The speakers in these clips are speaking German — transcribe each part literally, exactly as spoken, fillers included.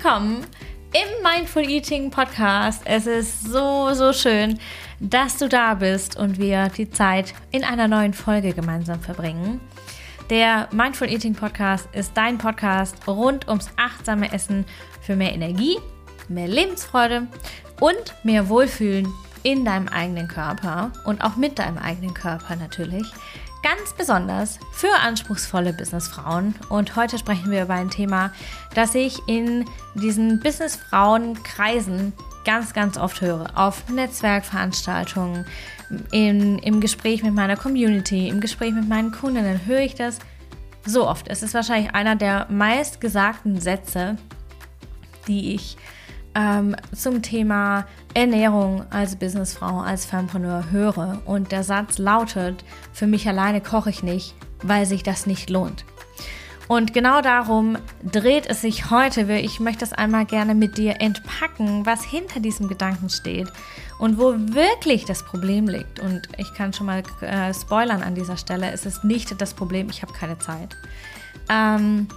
willkommen im Mindful Eating Podcast. Es ist so, so schön, dass du da bist und wir die Zeit in einer neuen Folge gemeinsam verbringen. Der Mindful Eating Podcast ist dein Podcast rund ums achtsame Essen für mehr Energie, mehr Lebensfreude und mehr Wohlfühlen in deinem eigenen Körper und auch mit deinem eigenen Körper natürlich. Ganz besonders für anspruchsvolle Businessfrauen. Und heute sprechen wir über ein Thema, das ich in diesen Businessfrauenkreisen ganz, ganz oft höre. Auf Netzwerkveranstaltungen, in, im Gespräch mit meiner Community, im Gespräch mit meinen Kundinnen höre ich das so oft. Es ist wahrscheinlich einer der meistgesagten Sätze, die ich ähm, zum Thema Ernährung als Businessfrau, als Fempreneur höre. Und der Satz lautet: Für mich alleine koche ich nicht, weil sich das nicht lohnt. Und genau darum dreht es sich heute. Ich möchte das einmal gerne mit dir entpacken, was hinter diesem Gedanken steht und wo wirklich das Problem liegt. Und ich kann schon mal äh, spoilern an dieser Stelle: Es ist nicht das Problem, ich habe keine Zeit. Ähm,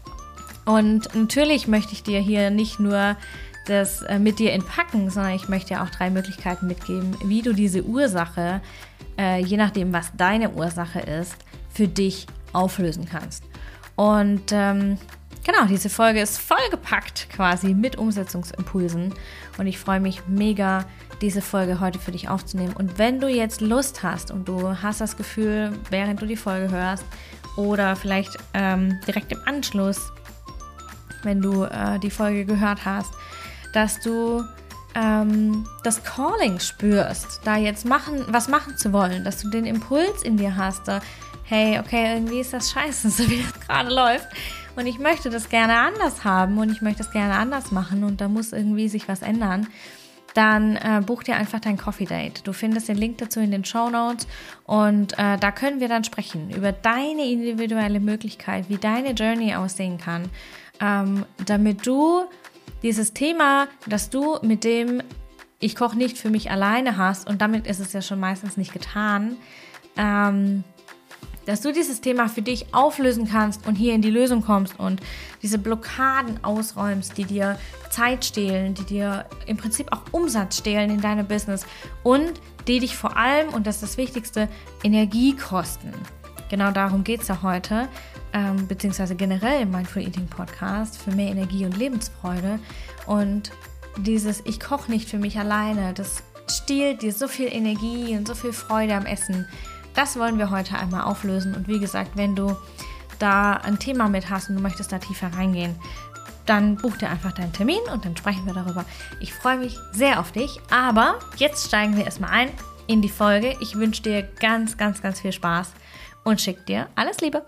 und natürlich möchte ich dir hier nicht nur das äh, mit dir entpacken, sondern ich möchte dir auch drei Möglichkeiten mitgeben, wie du diese Ursache, äh, je nachdem, was deine Ursache ist, für dich auflösen kannst. Und ähm, genau, diese Folge ist vollgepackt quasi mit Umsetzungsimpulsen und ich freue mich mega, diese Folge heute für dich aufzunehmen. Und wenn du jetzt Lust hast und du hast das Gefühl, während du die Folge hörst oder vielleicht ähm, direkt im Anschluss, wenn du äh, die Folge gehört hast, dass du ähm, das Calling spürst, da jetzt machen, was machen zu wollen, dass du den Impuls in dir hast, da, hey, okay, irgendwie ist das scheiße, so wie das gerade läuft und ich möchte das gerne anders haben und ich möchte das gerne anders machen und da muss irgendwie sich was ändern, dann äh, buch dir einfach dein Coffee Date. Du findest den Link dazu in den Shownotes und äh, da können wir dann sprechen über deine individuelle Möglichkeit, wie deine Journey aussehen kann, ähm, damit du dieses Thema, dass du mit dem ich koche nicht für mich alleine hast, und damit ist es ja schon meistens nicht getan, ähm, dass du dieses Thema für dich auflösen kannst und hier in die Lösung kommst und diese Blockaden ausräumst, die dir Zeit stehlen, die dir im Prinzip auch Umsatz stehlen in deinem Business und die dich vor allem, und das ist das Wichtigste, Energie kosten. Genau darum geht es ja heute, ähm, beziehungsweise generell im Mindful Eating Podcast für mehr Energie und Lebensfreude. Und dieses Ich koche nicht für mich alleine, das stiehlt dir so viel Energie und so viel Freude am Essen. Das wollen wir heute einmal auflösen. Und wie gesagt, wenn du da ein Thema mit hast und du möchtest da tiefer reingehen, dann buch dir einfach deinen Termin und dann sprechen wir darüber. Ich freue mich sehr auf dich, aber jetzt steigen wir erstmal ein in die Folge. Ich wünsche dir ganz, ganz, ganz viel Spaß und schicke dir alles Liebe.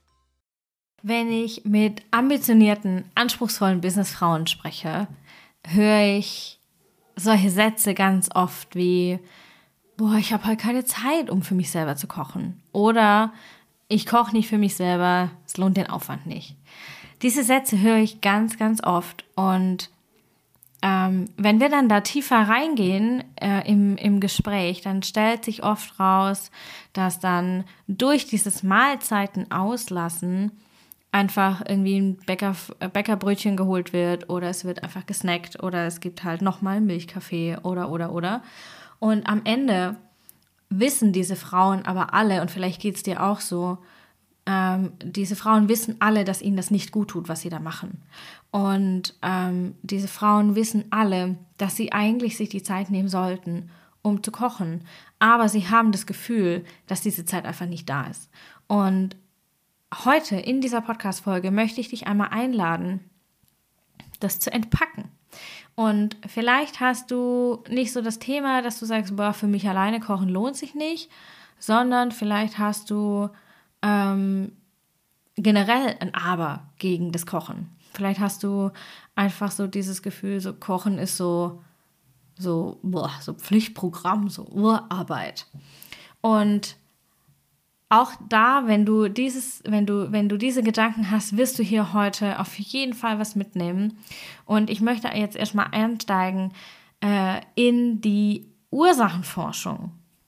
Wenn ich mit ambitionierten, anspruchsvollen Businessfrauen spreche, höre ich solche Sätze ganz oft wie: Boah, ich habe halt keine Zeit, um für mich selber zu kochen. Oder ich koche nicht für mich selber, es lohnt den Aufwand nicht. Diese Sätze höre ich ganz, ganz oft. Und ähm, wenn wir dann da tiefer reingehen äh, im, im Gespräch, dann stellt sich oft raus, dass dann durch dieses Mahlzeiten auslassen einfach irgendwie ein Bäcker, Bäckerbrötchen geholt wird oder es wird einfach gesnackt oder es gibt halt nochmal Milchkaffee oder, oder, oder. Und am Ende wissen diese Frauen aber alle, und vielleicht geht es dir auch so, ähm, diese Frauen wissen alle, dass ihnen das nicht gut tut, was sie da machen. Und ähm, diese Frauen wissen alle, dass sie eigentlich sich die Zeit nehmen sollten, um zu kochen. Aber sie haben das Gefühl, dass diese Zeit einfach nicht da ist. Und heute in dieser Podcast-Folge möchte ich dich einmal einladen, das zu entpacken. Und vielleicht hast du nicht so das Thema, dass du sagst, boah, für mich alleine kochen lohnt sich nicht, sondern vielleicht hast du ähm, generell ein Aber gegen das Kochen. Vielleicht hast du einfach so dieses Gefühl, so Kochen ist so, so, boah, so Pflichtprogramm, so Urarbeit. Und auch da, wenn du dieses, wenn du, wenn du diese Gedanken hast, wirst du hier heute auf jeden Fall was mitnehmen. Und ich möchte jetzt erstmal einsteigen äh, in die Ursachenforschung.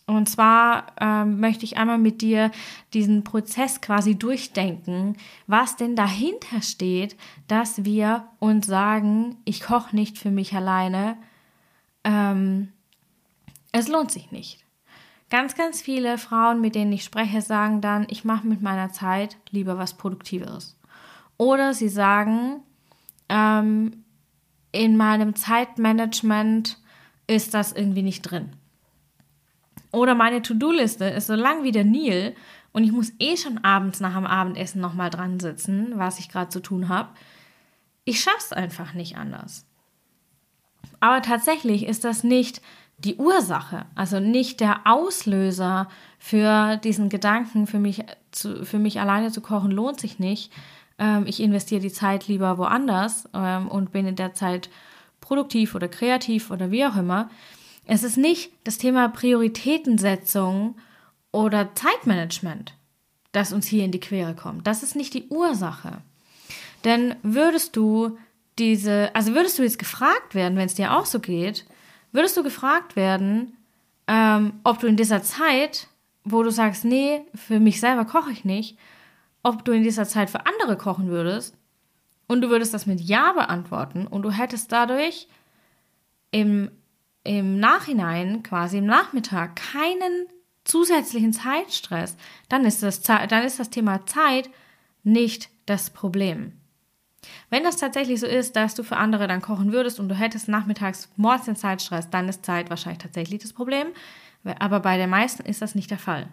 Und zwar ähm, möchte ich einmal mit dir diesen Prozess quasi durchdenken, was denn dahinter steht, dass wir uns sagen, ich koche nicht für mich alleine, ähm, es lohnt sich nicht. Ganz, ganz viele Frauen, mit denen ich spreche, sagen dann, ich mache mit meiner Zeit lieber was Produktiveres. Oder sie sagen, ähm, in meinem Zeitmanagement ist das irgendwie nicht drin. Oder meine To-Do-Liste ist so lang wie der Nil und ich muss eh schon abends nach dem Abendessen nochmal dran sitzen, was ich gerade zu tun habe. Ich schaff's einfach nicht anders. Aber tatsächlich ist das nicht die Ursache, also nicht der Auslöser für diesen Gedanken, für mich, zu, für mich alleine zu kochen lohnt sich nicht. Ähm, ich investiere die Zeit lieber woanders ähm, und bin in der Zeit produktiv oder kreativ oder wie auch immer. Es ist nicht das Thema Prioritätensetzung oder Zeitmanagement, das uns hier in die Quere kommt. Das ist nicht die Ursache. Denn würdest du diese, also würdest du jetzt gefragt werden, wenn es dir auch so geht, würdest du gefragt werden, ähm, ob du in dieser Zeit, wo du sagst, nee, für mich selber koche ich nicht, ob du in dieser Zeit für andere kochen würdest und du würdest das mit Ja beantworten und du hättest dadurch im im Nachhinein, quasi im Nachmittag, keinen zusätzlichen Zeitstress, dann ist das, dann ist das Thema Zeit nicht das Problem. Wenn das tatsächlich so ist, dass du für andere dann kochen würdest und du hättest nachmittags morgens den Zeitstress, dann ist Zeit wahrscheinlich tatsächlich das Problem, aber bei den meisten ist das nicht der Fall.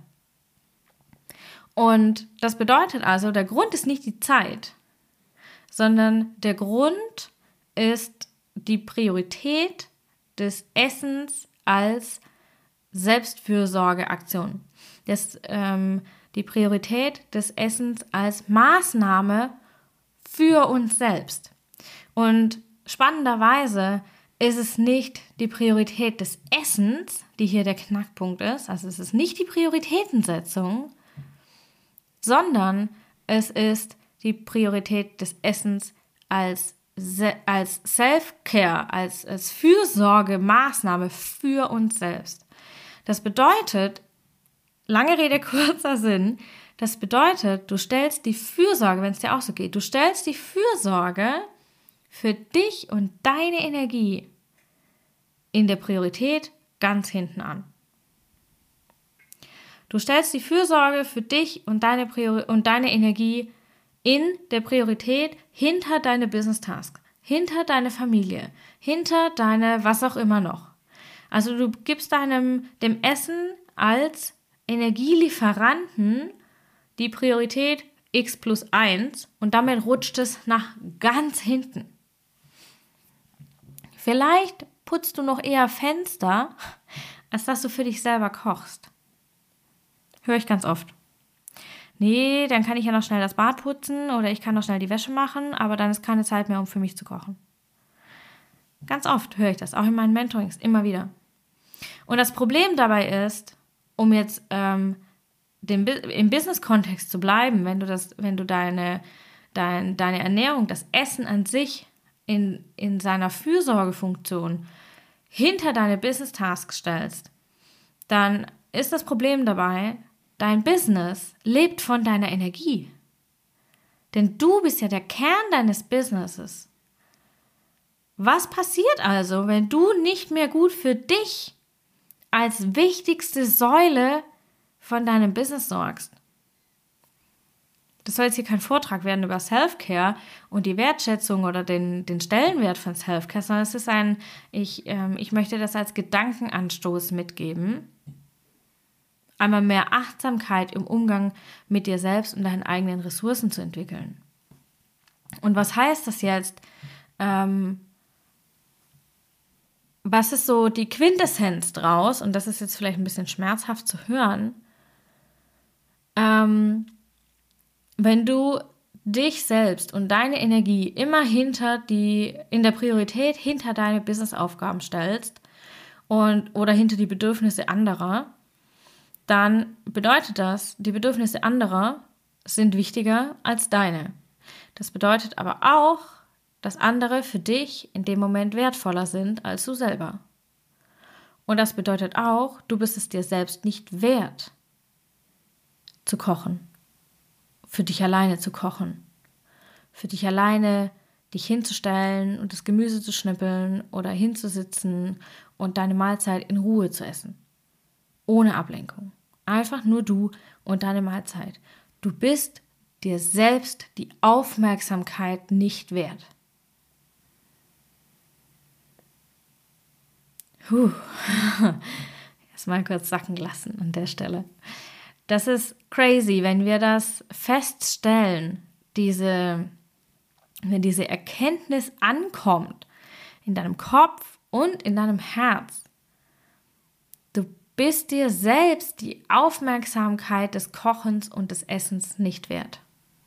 Und das bedeutet also, der Grund ist nicht die Zeit, sondern der Grund ist die Priorität des Essens als Selbstfürsorgeaktion. Das, ähm, die Priorität des Essens als Maßnahme für uns selbst. Und spannenderweise ist es nicht die Priorität des Essens, die hier der Knackpunkt ist, also es ist nicht die Prioritätensetzung, sondern es ist die Priorität des Essens als als Self-Care, als, als Fürsorgemaßnahme für uns selbst. Das bedeutet, lange Rede, kurzer Sinn, das bedeutet, du stellst die Fürsorge, wenn es dir auch so geht, du stellst die Fürsorge für dich und deine Energie in der Priorität ganz hinten an. Du stellst die Fürsorge für dich und deine, Priori- und deine Energie in der Priorität hinter deine Business-Task, hinter deine Familie, hinter deine was auch immer noch. Also du gibst deinem dem Essen als Energielieferanten die Priorität x plus eins und damit rutscht es nach ganz hinten. Vielleicht putzt du noch eher Fenster, als dass du für dich selber kochst. Höre ich ganz oft. Nee, dann kann ich ja noch schnell das Bad putzen oder ich kann noch schnell die Wäsche machen, aber dann ist keine Zeit mehr, um für mich zu kochen. Ganz oft höre ich das, auch in meinen Mentorings, immer wieder. Und das Problem dabei ist, um jetzt ähm, dem, im Business-Kontext zu bleiben, wenn du, das, wenn du deine, dein, deine Ernährung, das Essen an sich in, in seiner Fürsorgefunktion hinter deine Business-Tasks stellst, dann ist das Problem dabei, dein Business lebt von deiner Energie. Denn du bist ja der Kern deines Businesses. Was passiert also, wenn du nicht mehr gut für dich als wichtigste Säule von deinem Business sorgst? Das soll jetzt hier kein Vortrag werden über Self-Care und die Wertschätzung oder den, den Stellenwert von Self-Care, sondern es ist ein, ich, ähm, ich möchte das als Gedankenanstoß mitgeben. Einmal mehr Achtsamkeit im Umgang mit dir selbst und deinen eigenen Ressourcen zu entwickeln. Und was heißt das jetzt? Ähm, was ist so die Quintessenz draus? Und das ist jetzt vielleicht ein bisschen schmerzhaft zu hören. Ähm, wenn du dich selbst und deine Energie immer hinter die, in der Priorität hinter deine Businessaufgaben stellst und, oder hinter die Bedürfnisse anderer, dann bedeutet das, die Bedürfnisse anderer sind wichtiger als deine. Das bedeutet aber auch, dass andere für dich in dem Moment wertvoller sind als du selber. Und das bedeutet auch, du bist es dir selbst nicht wert, zu kochen, für dich alleine zu kochen, für dich alleine dich hinzustellen und das Gemüse zu schnippeln oder hinzusitzen und deine Mahlzeit in Ruhe zu essen. Ohne Ablenkung. Einfach nur du und deine Mahlzeit. Du bist dir selbst die Aufmerksamkeit nicht wert. Puh. Erstmal kurz sacken lassen an der Stelle. Das ist crazy, wenn wir das feststellen, diese, wenn diese Erkenntnis ankommt in deinem Kopf und in deinem Herz. Du bist dir selbst die Aufmerksamkeit des Kochens und des Essens nicht wert.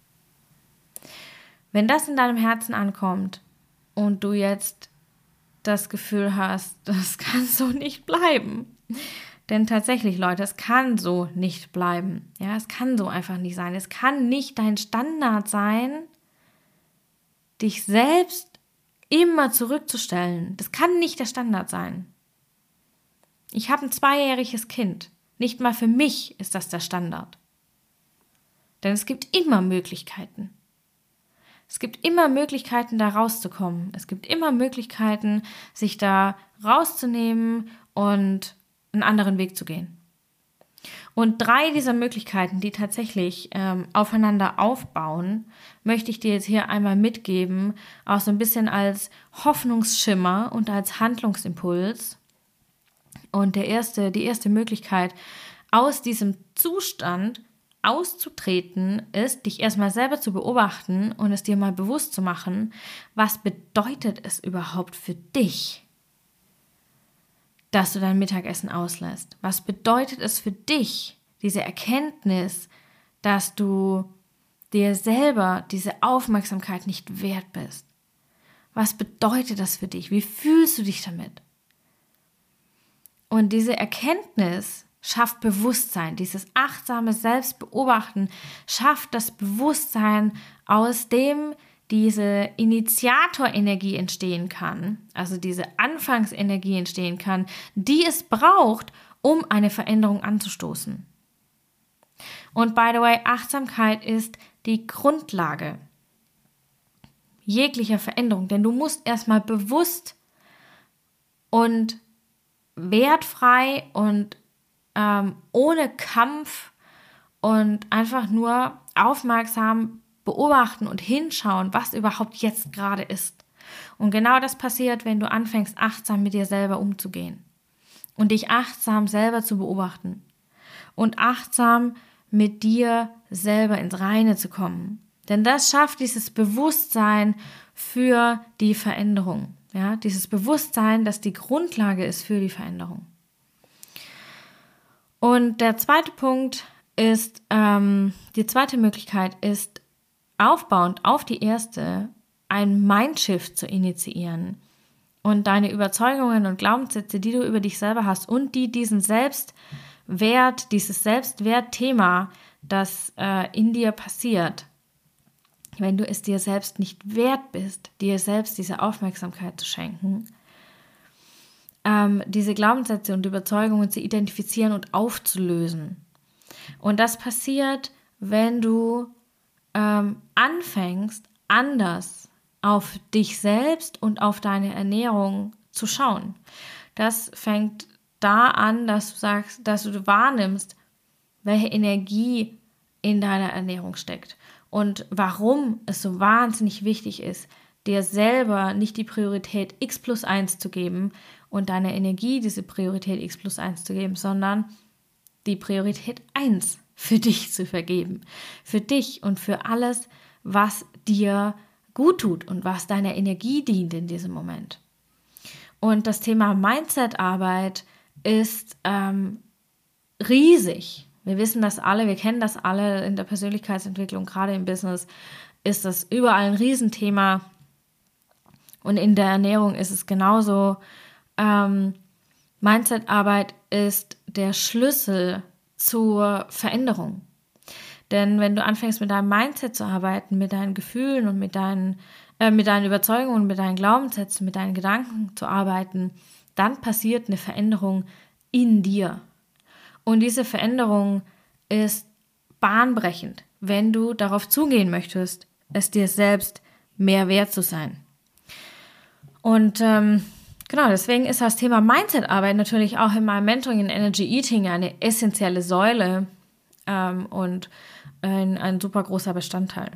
Wenn das in deinem Herzen ankommt und du jetzt das Gefühl hast, das kann so nicht bleiben. Denn tatsächlich, Leute, es kann so nicht bleiben. Ja, es kann so einfach nicht sein. Es kann nicht dein Standard sein, dich selbst immer zurückzustellen. Das kann nicht der Standard sein. Ich habe ein zweijähriges Kind. Nicht mal für mich ist das der Standard. Denn es gibt immer Möglichkeiten. Es gibt immer Möglichkeiten, da rauszukommen. Es gibt immer Möglichkeiten, sich da rauszunehmen und einen anderen Weg zu gehen. Und drei dieser Möglichkeiten, die tatsächlich ähm, aufeinander aufbauen, möchte ich dir jetzt hier einmal mitgeben, auch so ein bisschen als Hoffnungsschimmer und als Handlungsimpuls. Und der erste, die erste Möglichkeit, aus diesem Zustand auszutreten, ist, dich erstmal selber zu beobachten und es dir mal bewusst zu machen, was bedeutet es überhaupt für dich, dass du dein Mittagessen auslässt? Was bedeutet es für dich, diese Erkenntnis, dass du dir selber diese Aufmerksamkeit nicht wert bist? Was bedeutet das für dich? Wie fühlst du dich damit? Und diese Erkenntnis schafft Bewusstsein. Dieses achtsame Selbstbeobachten schafft das Bewusstsein, aus dem diese Initiatorenergie entstehen kann, also diese Anfangsenergie entstehen kann, die es braucht, um eine Veränderung anzustoßen. Und by the way, Achtsamkeit ist die Grundlage jeglicher Veränderung, denn du musst erstmal bewusst und wertfrei und ähm, ohne Kampf und einfach nur aufmerksam beobachten und hinschauen, was überhaupt jetzt gerade ist. Und genau das passiert, wenn du anfängst, achtsam mit dir selber umzugehen und dich achtsam selber zu beobachten und achtsam mit dir selber ins Reine zu kommen. Denn das schafft dieses Bewusstsein für die Veränderung. Ja, dieses Bewusstsein, das die Grundlage ist für die Veränderung. Und der zweite Punkt ist, ähm, die zweite Möglichkeit ist, aufbauend auf die erste, ein Mindshift zu initiieren und deine Überzeugungen und Glaubenssätze, die du über dich selber hast und die diesen Selbstwert, dieses Selbstwertthema, das äh, in dir passiert, wenn du es dir selbst nicht wert bist, dir selbst diese Aufmerksamkeit zu schenken, ähm, diese Glaubenssätze und Überzeugungen zu identifizieren und aufzulösen. Und das passiert, wenn du ähm, anfängst, anders auf dich selbst und auf deine Ernährung zu schauen. Das fängt da an, dass du sagst, dass du wahrnimmst, welche Energie in deiner Ernährung steckt und warum es so wahnsinnig wichtig ist, dir selber nicht die Priorität x plus eins zu geben und deiner Energie diese Priorität x plus eins zu geben, sondern die Priorität eins für dich zu vergeben. Für dich und für alles, was dir gut tut und was deiner Energie dient in diesem Moment. Und das Thema Mindset-Arbeit ist ähm, riesig. Wir wissen das alle, wir kennen das alle in der Persönlichkeitsentwicklung, gerade im Business ist das überall ein Riesenthema. Und in der Ernährung ist es genauso. Ähm, Mindset-Arbeit ist der Schlüssel zur Veränderung. Denn wenn du anfängst, mit deinem Mindset zu arbeiten, mit deinen Gefühlen und mit deinen, äh, mit deinen Überzeugungen, mit deinen Glaubenssätzen, mit deinen Gedanken zu arbeiten, dann passiert eine Veränderung in dir. Und diese Veränderung ist bahnbrechend, wenn du darauf zugehen möchtest, es dir selbst mehr wert zu sein. Und ähm, genau, deswegen ist das Thema Mindset-Arbeit natürlich auch in meinem Mentoring in Energy Eating eine essentielle Säule ähm, und ein, ein super großer Bestandteil.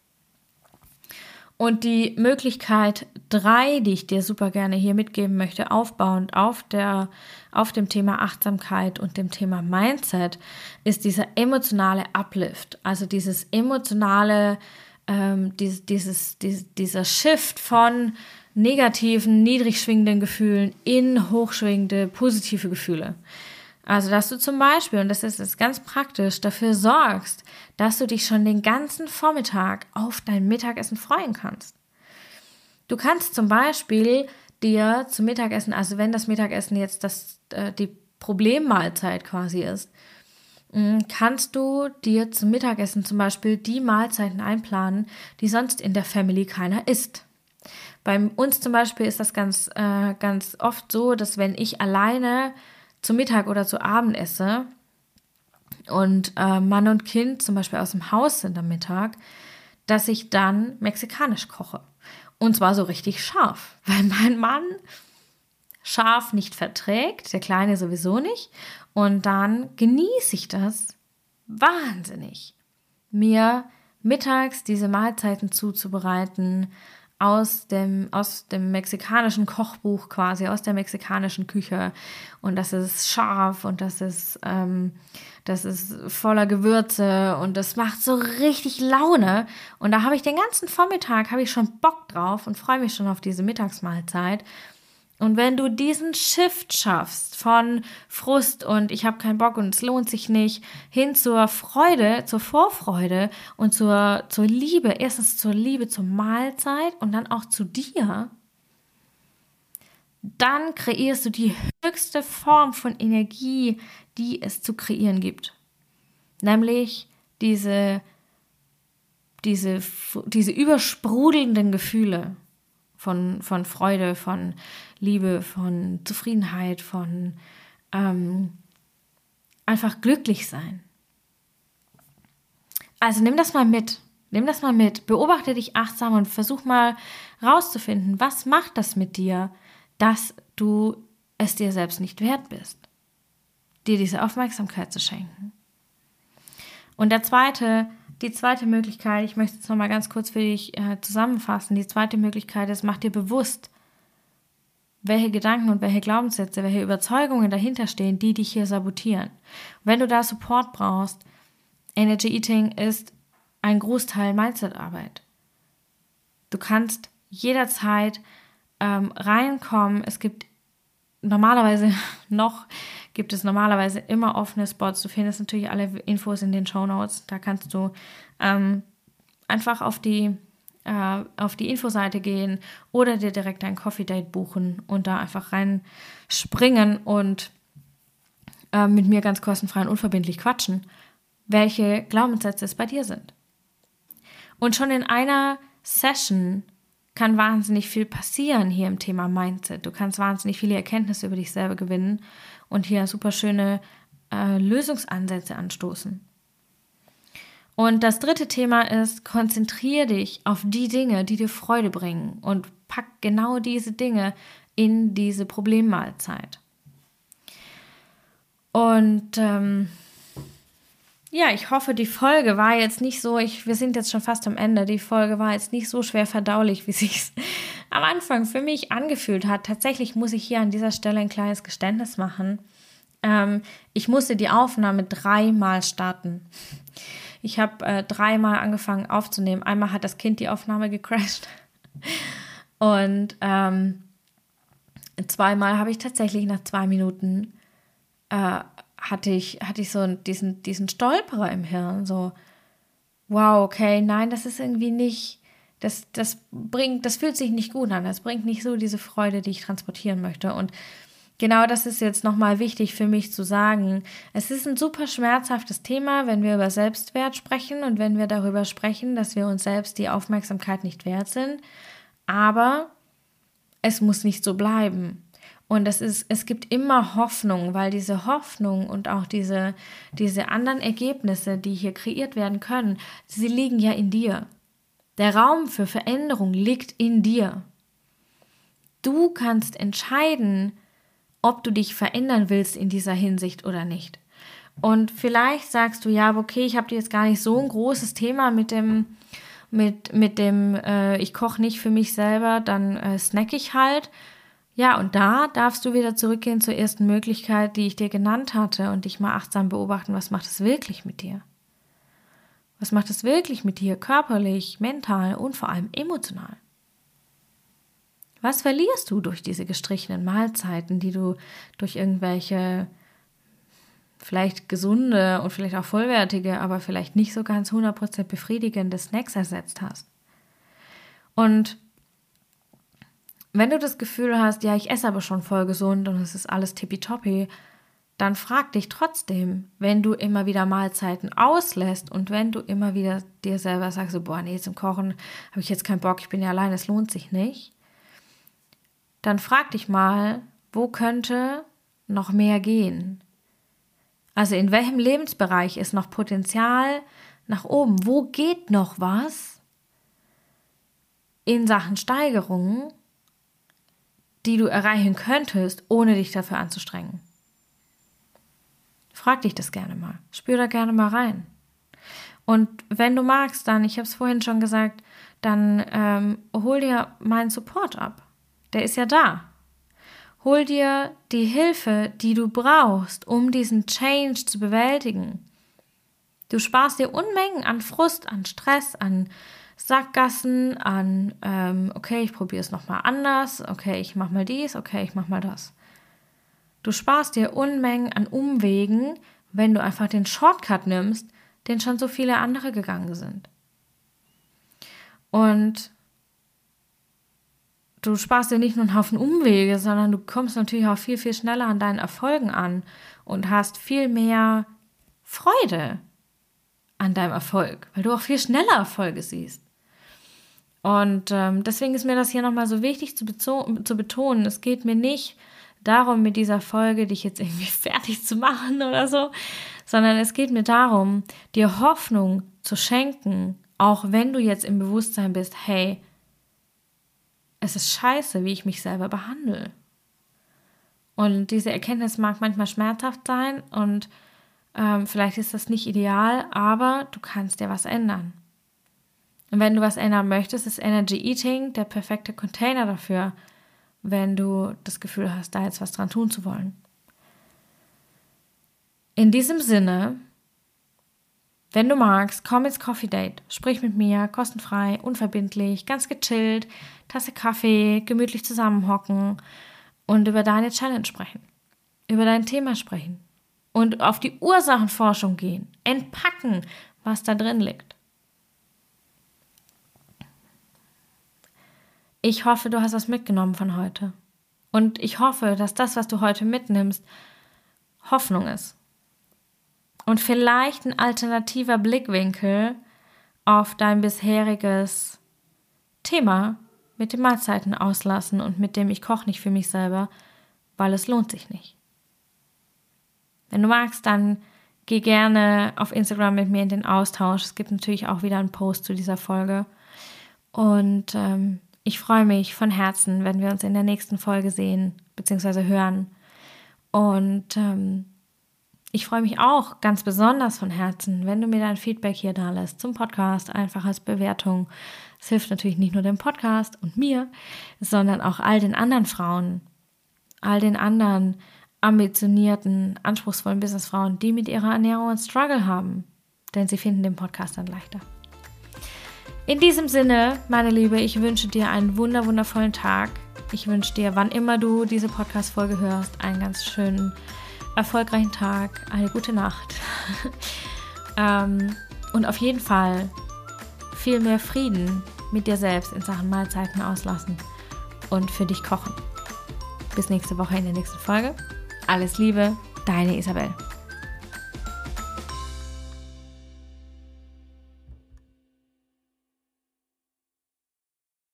Und die Möglichkeit drei, die ich dir super gerne hier mitgeben möchte, aufbauend auf der, auf dem Thema Achtsamkeit und dem Thema Mindset, ist dieser emotionale Uplift. Also dieses emotionale, ähm, dieses, dieses, dieses, dieser Shift von negativen, niedrig schwingenden Gefühlen in hochschwingende, positive Gefühle. Also, dass du zum Beispiel, und das ist jetzt ganz praktisch, dafür sorgst, dass du dich schon den ganzen Vormittag auf dein Mittagessen freuen kannst. Du kannst zum Beispiel dir zum Mittagessen, also wenn das Mittagessen jetzt das, äh, die Problemmahlzeit quasi ist, kannst du dir zum Mittagessen zum Beispiel die Mahlzeiten einplanen, die sonst in der Family keiner isst. Bei uns zum Beispiel ist das ganz, äh, ganz oft so, dass wenn ich alleine zu Mittag oder zu Abend esse und äh, Mann und Kind zum Beispiel aus dem Haus sind am Mittag, dass ich dann mexikanisch koche. Und zwar so richtig scharf, weil mein Mann scharf nicht verträgt, der Kleine sowieso nicht. Und dann genieße ich das wahnsinnig, mir mittags diese Mahlzeiten zuzubereiten, aus dem, aus dem mexikanischen Kochbuch quasi, aus der mexikanischen Küche. Und das ist scharf und das ist, ähm, das ist voller Gewürze und das macht so richtig Laune. Und da habe ich den ganzen Vormittag, habe ich schon Bock drauf und freue mich schon auf diese Mittagsmahlzeit. Und wenn du diesen Shift schaffst von Frust und ich habe keinen Bock und es lohnt sich nicht, hin zur Freude, zur Vorfreude und zur, zur Liebe, erstens zur Liebe zur Mahlzeit und dann auch zu dir, dann kreierst du die höchste Form von Energie, die es zu kreieren gibt. Nämlich diese, diese, diese übersprudelnden Gefühle. Von, von Freude, von Liebe, von Zufriedenheit, von ähm, einfach glücklich sein. Also nimm das mal mit, nimm das mal mit, beobachte dich achtsam und versuch mal rauszufinden, was macht das mit dir, dass du es dir selbst nicht wert bist, dir diese Aufmerksamkeit zu schenken. Und der zweite Die zweite Möglichkeit, ich möchte es nochmal ganz kurz für dich äh, zusammenfassen, die zweite Möglichkeit ist, mach dir bewusst, welche Gedanken und welche Glaubenssätze, welche Überzeugungen dahinter stehen, die dich hier sabotieren. Und wenn du da Support brauchst, Energy Eating ist ein Großteil Mindset-Arbeit. Du kannst jederzeit ähm, reinkommen. Es gibt normalerweise noch, gibt es normalerweise immer offene Spots. Du findest natürlich alle Infos in den Shownotes. Da kannst du ähm, einfach auf die, äh, auf die Infoseite gehen oder dir direkt ein Coffee Date buchen und da einfach reinspringen und äh, mit mir ganz kostenfrei und unverbindlich quatschen, welche Glaubenssätze es bei dir sind. Und schon in einer Session kann wahnsinnig viel passieren hier im Thema Mindset. Du kannst wahnsinnig viele Erkenntnisse über dich selber gewinnen und hier super schöne äh, Lösungsansätze anstoßen. Und das dritte Thema ist, konzentriere dich auf die Dinge, die dir Freude bringen und pack genau diese Dinge in diese Problemmahlzeit. Und ähm, ja, ich hoffe, die Folge war jetzt nicht so, ich, wir sind jetzt schon fast am Ende, die Folge war jetzt nicht so schwer verdaulich, wie es sich am Anfang für mich angefühlt hat. Tatsächlich muss ich hier an dieser Stelle ein kleines Geständnis machen. Ähm, ich musste die Aufnahme dreimal starten. Ich habe äh, dreimal angefangen aufzunehmen. Einmal hat das Kind die Aufnahme gecrashed und ähm, zweimal habe ich tatsächlich nach zwei Minuten äh, hatte ich, hatte ich so diesen, diesen Stolperer im Hirn, so, wow, okay, nein, das ist irgendwie nicht, das, das bringt, das fühlt sich nicht gut an, das bringt nicht so diese Freude, die ich transportieren möchte. Und genau das ist jetzt nochmal wichtig für mich zu sagen. Es ist ein super schmerzhaftes Thema, wenn wir über Selbstwert sprechen und wenn wir darüber sprechen, dass wir uns selbst die Aufmerksamkeit nicht wert sind, aber es muss nicht so bleiben. Und es ist, es gibt immer Hoffnung, weil diese Hoffnung und auch diese, diese anderen Ergebnisse, die hier kreiert werden können, sie liegen ja in dir. Der Raum für Veränderung liegt in dir. Du kannst entscheiden, ob du dich verändern willst in dieser Hinsicht oder nicht. Und vielleicht sagst du, ja, okay, ich habe jetzt gar nicht so ein großes Thema mit dem, mit, mit dem, äh, ich koche nicht für mich selber, dann äh, snack ich halt. Ja, und da darfst du wieder zurückgehen zur ersten Möglichkeit, die ich dir genannt hatte und dich mal achtsam beobachten, was macht es wirklich mit dir? Was macht es wirklich mit dir, körperlich, mental und vor allem emotional? Was verlierst du durch diese gestrichenen Mahlzeiten, die du durch irgendwelche vielleicht gesunde und vielleicht auch vollwertige, aber vielleicht nicht so ganz hundert Prozent befriedigende Snacks ersetzt hast? Und wenn du das Gefühl hast, ja, ich esse aber schon voll gesund und es ist alles tippitoppi, dann frag dich trotzdem, wenn du immer wieder Mahlzeiten auslässt und wenn du immer wieder dir selber sagst, so, boah, nee, zum Kochen habe ich jetzt keinen Bock, ich bin ja allein, es lohnt sich nicht, dann frag dich mal, wo könnte noch mehr gehen? Also in welchem Lebensbereich ist noch Potenzial nach oben? Wo geht noch was in Sachen Steigerung, die du erreichen könntest, ohne dich dafür anzustrengen? Frag dich das gerne mal. Spür da gerne mal rein. Und wenn du magst, dann, ich habe es vorhin schon gesagt, dann ähm, hol dir meinen Support ab. Der ist ja da. Hol dir die Hilfe, die du brauchst, um diesen Change zu bewältigen. Du sparst dir Unmengen an Frust, an Stress, an Sackgassen, an, ähm, okay, ich probiere es nochmal anders, okay, ich mache mal dies, okay, ich mache mal das. Du sparst dir Unmengen an Umwegen, wenn du einfach den Shortcut nimmst, den schon so viele andere gegangen sind. Und du sparst dir nicht nur einen Haufen Umwege, sondern du kommst natürlich auch viel, viel schneller an deinen Erfolgen an und hast viel mehr Freude an deinem Erfolg, weil du auch viel schneller Erfolge siehst. Und ähm, deswegen ist mir das hier nochmal so wichtig zu, bezo- zu betonen. Es geht mir nicht darum, mit dieser Folge dich jetzt irgendwie fertig zu machen oder so, sondern es geht mir darum, dir Hoffnung zu schenken, auch wenn du jetzt im Bewusstsein bist, hey, es ist scheiße, wie ich mich selber behandle. Und diese Erkenntnis mag manchmal schmerzhaft sein und ähm, vielleicht ist das nicht ideal, aber du kannst dir was ändern. Und wenn du was ändern möchtest, ist Energy Eating der perfekte Container dafür, wenn du das Gefühl hast, da jetzt was dran tun zu wollen. In diesem Sinne, wenn du magst, komm ins Coffee Date, sprich mit mir, kostenfrei, unverbindlich, ganz gechillt, Tasse Kaffee, gemütlich zusammenhocken und über deine Challenge sprechen, über dein Thema sprechen und auf die Ursachenforschung gehen, entpacken, was da drin liegt. Ich hoffe, du hast was mitgenommen von heute. Und ich hoffe, dass das, was du heute mitnimmst, Hoffnung ist. Und vielleicht ein alternativer Blickwinkel auf dein bisheriges Thema mit den Mahlzeiten auslassen und mit dem ich koche nicht für mich selber, weil es lohnt sich nicht. Wenn du magst, dann geh gerne auf Instagram mit mir in den Austausch. Es gibt natürlich auch wieder einen Post zu dieser Folge. Und ähm, ich freue mich von Herzen, wenn wir uns in der nächsten Folge sehen bzw. hören. Und ähm, ich freue mich auch ganz besonders von Herzen, wenn du mir dein Feedback hier da lässt zum Podcast, einfach als Bewertung. Es hilft natürlich nicht nur dem Podcast und mir, sondern auch all den anderen Frauen, all den anderen ambitionierten, anspruchsvollen Businessfrauen, die mit ihrer Ernährung einen Struggle haben. Denn sie finden den Podcast dann leichter. In diesem Sinne, meine Liebe, ich wünsche dir einen wunder, wundervollen Tag. Ich wünsche dir, wann immer du diese Podcast-Folge hörst, einen ganz schönen, erfolgreichen Tag, eine gute Nacht. ähm, und auf jeden Fall viel mehr Frieden mit dir selbst in Sachen Mahlzeiten auslassen und für dich kochen. Bis nächste Woche in der nächsten Folge. Alles Liebe, deine Isabel.